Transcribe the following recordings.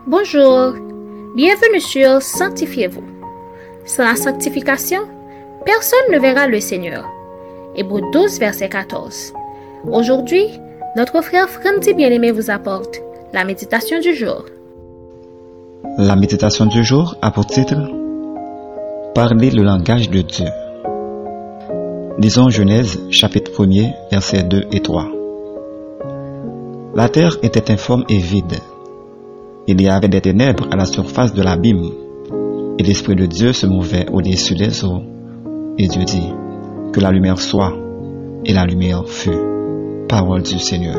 Bonjour, bienvenue sur Sanctifiez-vous. Sans la sanctification, personne ne verra le Seigneur. Hébreux 12, verset 14. Aujourd'hui, notre frère Frandy Bien-Aimé vous apporte la méditation du jour. La méditation du jour a pour titre « Parler le langage de Dieu ». Lisons Genèse, chapitre 1er, versets 2 et 3. La terre était informe et vide. Il y avait des ténèbres à la surface de l'abîme, et l'Esprit de Dieu se mouvait au-dessus des eaux. Et Dieu dit, que la lumière soit, et la lumière fut. Parole du Seigneur.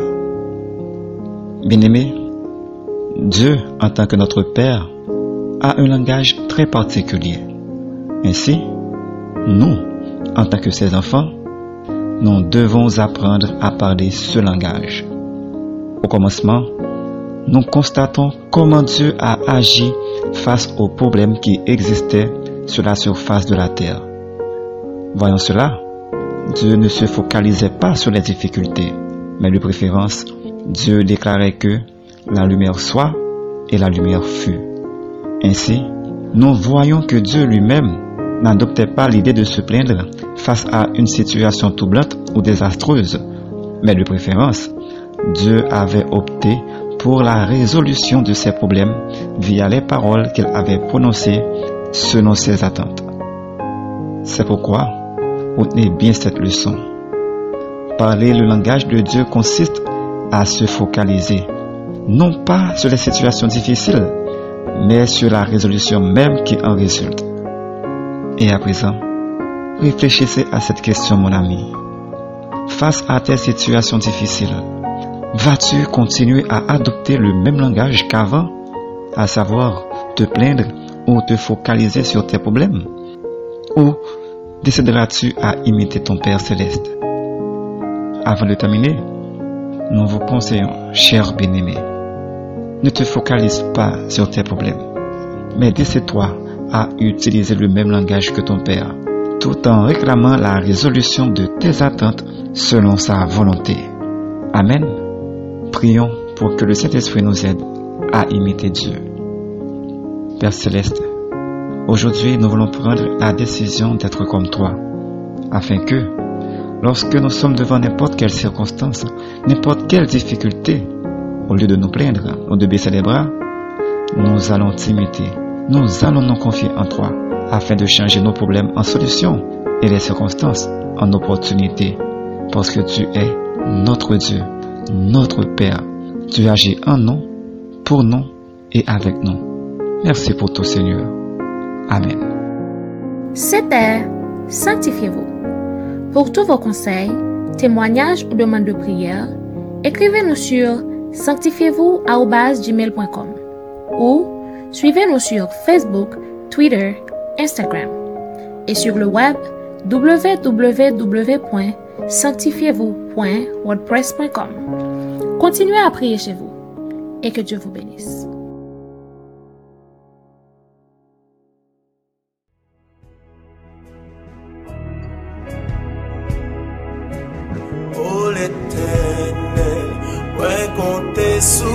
Bien-aimés, Dieu, en tant que notre Père, a un langage très particulier. Ainsi, nous, en tant que ses enfants, nous devons apprendre à parler ce langage. Au commencement, nous constatons comment Dieu a agi face aux problèmes qui existaient sur la surface de la terre. Voyant cela, Dieu ne se focalisait pas sur les difficultés, mais de préférence, Dieu déclarait que la lumière soit et la lumière fut. Ainsi, nous voyons que Dieu lui-même n'adoptait pas l'idée de se plaindre face à une situation troublante ou désastreuse, mais de préférence, Dieu avait opté pour la résolution de ses problèmes via les paroles qu'il avait prononcées selon ses attentes. C'est pourquoi, retenez bien cette leçon. Parler le langage de Dieu consiste à se focaliser, non pas sur les situations difficiles, mais sur la résolution même qui en résulte. Et à présent, réfléchissez à cette question, mon ami. Face à tes situations difficiles, vas-tu continuer à adopter le même langage qu'avant, à savoir te plaindre ou te focaliser sur tes problèmes? Ou décideras-tu à imiter ton Père céleste? Avant de terminer, nous vous conseillons, chers bien-aimés, ne te focalise pas sur tes problèmes, mais décide-toi à utiliser le même langage que ton Père, tout en réclamant la résolution de tes attentes selon sa volonté. Amen. Prions pour que le Saint-Esprit nous aide à imiter Dieu. Père Céleste, aujourd'hui nous voulons prendre la décision d'être comme toi, afin que, lorsque nous sommes devant n'importe quelle circonstance, n'importe quelle difficulté, au lieu de nous plaindre ou de baisser les bras, nous allons t'imiter, nous allons nous confier en toi, afin de changer nos problèmes en solutions et les circonstances en opportunités, parce que tu es notre Dieu, notre Père. Tu agis en nous, pour nous et avec nous. Merci pour tout, Seigneur. Amen. C'était Sanctifiez-vous. Pour tous vos conseils, témoignages ou demandes de prière, écrivez-nous sur sanctifiez-vous@gmail.com ou suivez-nous sur Facebook, Twitter, Instagram et sur le web www.sanctifiez-vous.wordpress.com. Continuez à prier chez vous et que Dieu vous bénisse. Oh l'Éternel, ouais compter sous,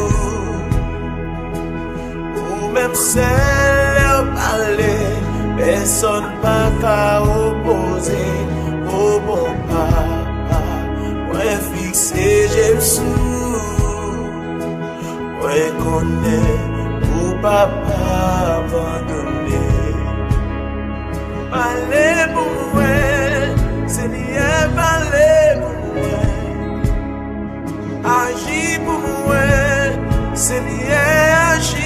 ou même celle parler, personne pas qu'à opposer, au bon papa, ouais fixé j'aime sous, ouais connaît, ou papa abandonné, parler pour moi, Seigneur parler pour moi, agis pour moi, Seigneur agis.